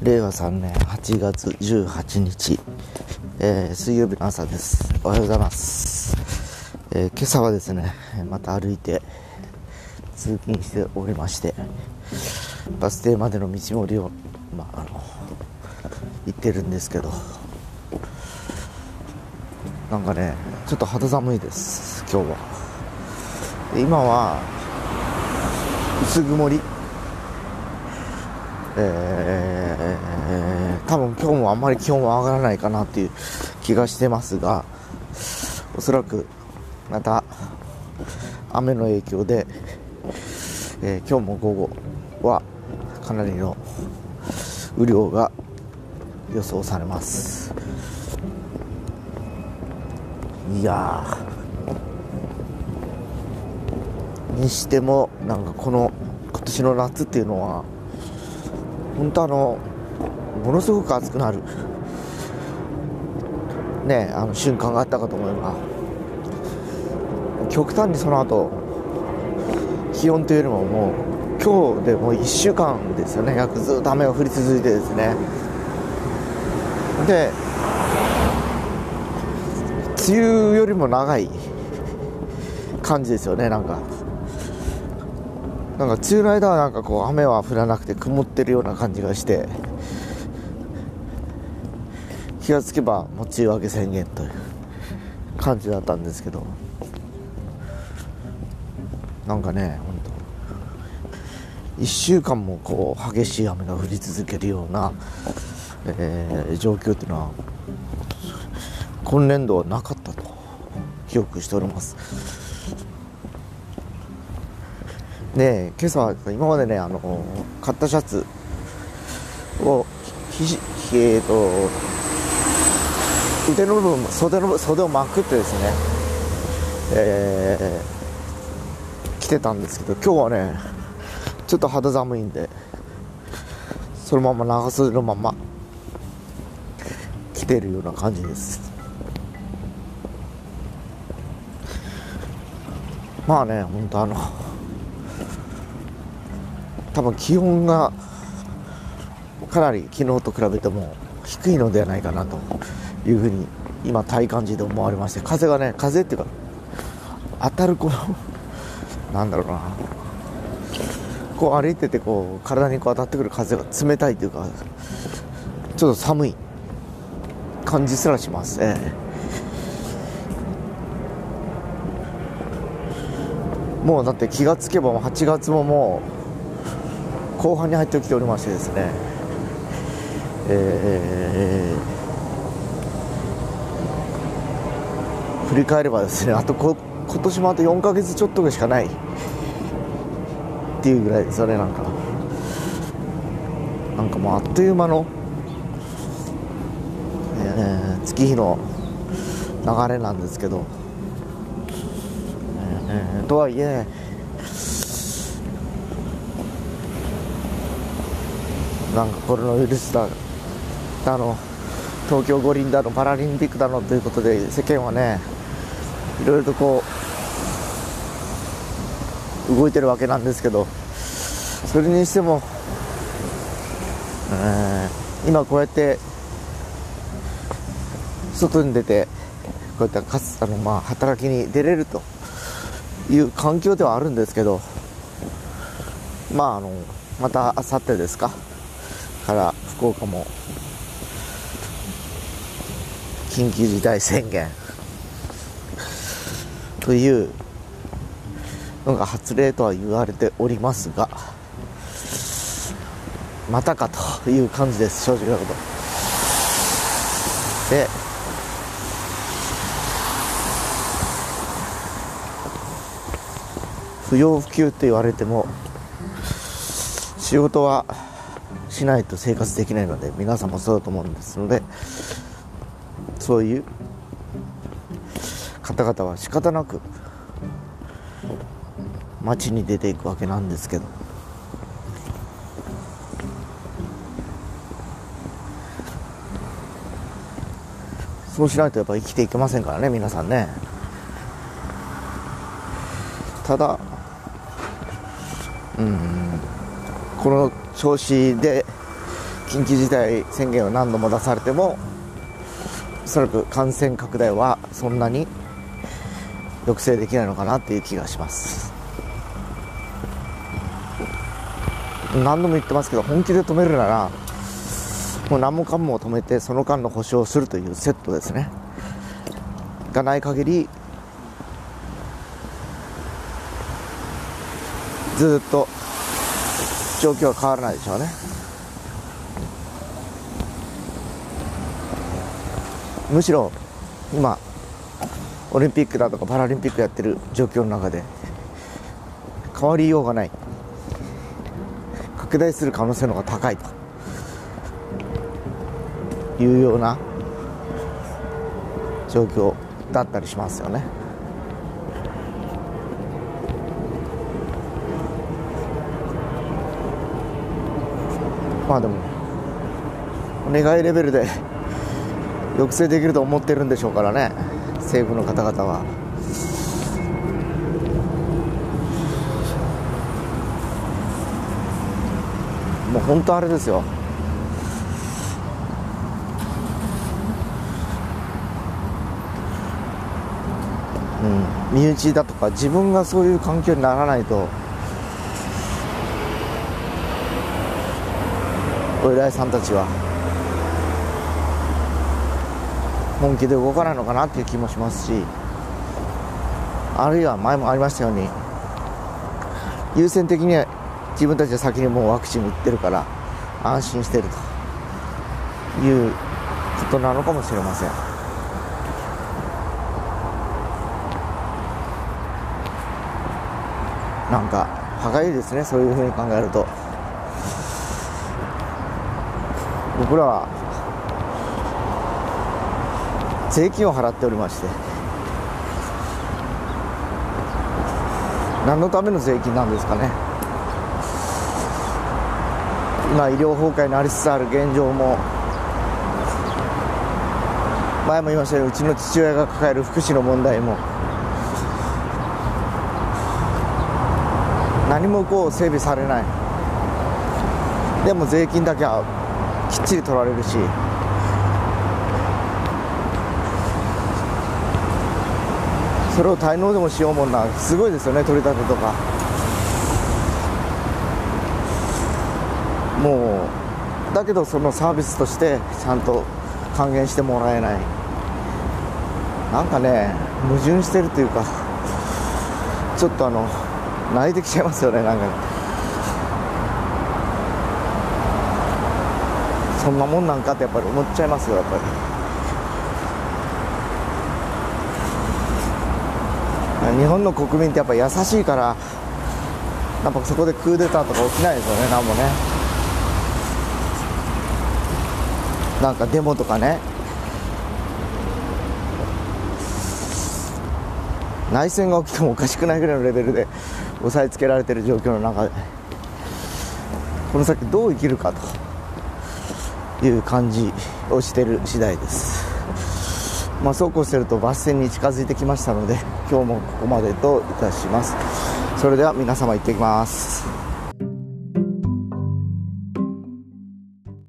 令和3年8月18日、水曜日の朝です。おはようございます。今朝はですね、また歩いて通勤しておりまして、バス停までの道のりを、行ってるんですけど、なんかね、ちょっと肌寒いです、今日は。今は薄曇り、多分今日もあんまり気温は上がらないかなっていう気がしてますが、おそらくまた雨の影響で、今日も午後はかなりの雨量が予想されます。いやー、にしてもなんか今年の夏っていうのは本当ものすごく暑くなるね、瞬間があったかと思えば、極端にその後気温というよりももう今日でもう1週間ですよね、約ずっと雨が降り続いてですね、で梅雨よりも長い感じですよね。なんか梅雨の間はなんかこう雨は降らなくて曇ってるような感じがして、気がつけばもう梅雨明け宣言という感じだったんですけど、なんかね、本当1週間もこう激しい雨が降り続けるような、状況というのは今年度はなかったと記憶しております。で、今朝は今までね、買ったシャツを腕の部分、袖をまくってですね、着てたんですけど、今日はねちょっと肌寒いんで、そのまま長袖のまま着てるような感じです。まあね、本当多分気温がかなり昨日と比べても低いのではないかなというふうに今体感時で思われまして、風っていうか当たるなんだろうな、こう歩いててこう体にこう当たってくる風が冷たいというか、ちょっと寒い感じすらしますね。もうだって気がつけば8月ももう後半に入ってきておりましてですね、振り返ればですね、今年もあと4ヶ月ちょっとしかないっていうぐらいですよね。なんかもうあっという間の、月日の流れなんですけど、とはいえなんかコロナウイルスだ東京五輪だのパラリンピックだのということで、世間はねいろいろとこう動いてるわけなんですけど、それにしても、今こうやって外に出てこうやって働きに出れるという環境ではあるんですけど、また明後日ですかから福岡も緊急事態宣言というのが発令とは言われておりますが、またかという感じです、正直なことで。不要不急と言われても仕事はしないと生活できないので、皆さんもそうだと思うんですので、そういう方々は仕方なく街に出ていくわけなんですけど、そうしないとやっぱ生きていけませんからね、皆さんね。ただこの調子で緊急事態宣言を何度も出されてもおそらく感染拡大はそんなに抑制できないのかなっていう気がします。何度も言ってますけど、本気で止めるならもう何もかも止めて、その間の保証をするというセットですねがない限り、ずっと状況は変わらないでしょうね。むしろ今オリンピックだとかパラリンピックやってる状況の中で変わりようがない、拡大する可能性の方が高いというような状況だったりしますよね。まあでもお願いレベルで抑制できると思ってるんでしょうからね、政府の方々は。もう本当あれですよ、身内だとか自分がそういう環境にならないとお偉いさんたちは本気で動かないのかなっていう気もしますし、あるいは前もありましたように優先的には自分たちは先にもうワクチン打ってるから安心してるということなのかもしれません。なんか歯がゆいですね、そういうふうに考えると。僕らは税金を払っておりまして、何のための税金なんですかね。今医療崩壊になりつつある現状も、前も言いましたようにうちの父親が抱える福祉の問題も、何もこう整備されない。でも税金だけはきっちり取られるし、それを滞納でもしようもんな、すごいですよね、取り立てとか。もうだけどそのサービスとしてちゃんと還元してもらえない、なんかね矛盾してるというか、ちょっと泣いてきちゃいますよね。なんかそんなもんなんかってやっぱり思っちゃいますよ。やっぱり日本の国民ってやっぱ優しいから、やっぱそこでクーデターとか起きないですよね。なんもね、なんかデモとかね、内戦が起きてもおかしくないぐらいのレベルで押さえつけられている状況の中で、この先どう生きるかという感じをしている次第です。そうこうしてるとバス戦に近づいてきましたので、今日もここまでといたします。それでは皆様行ってきます。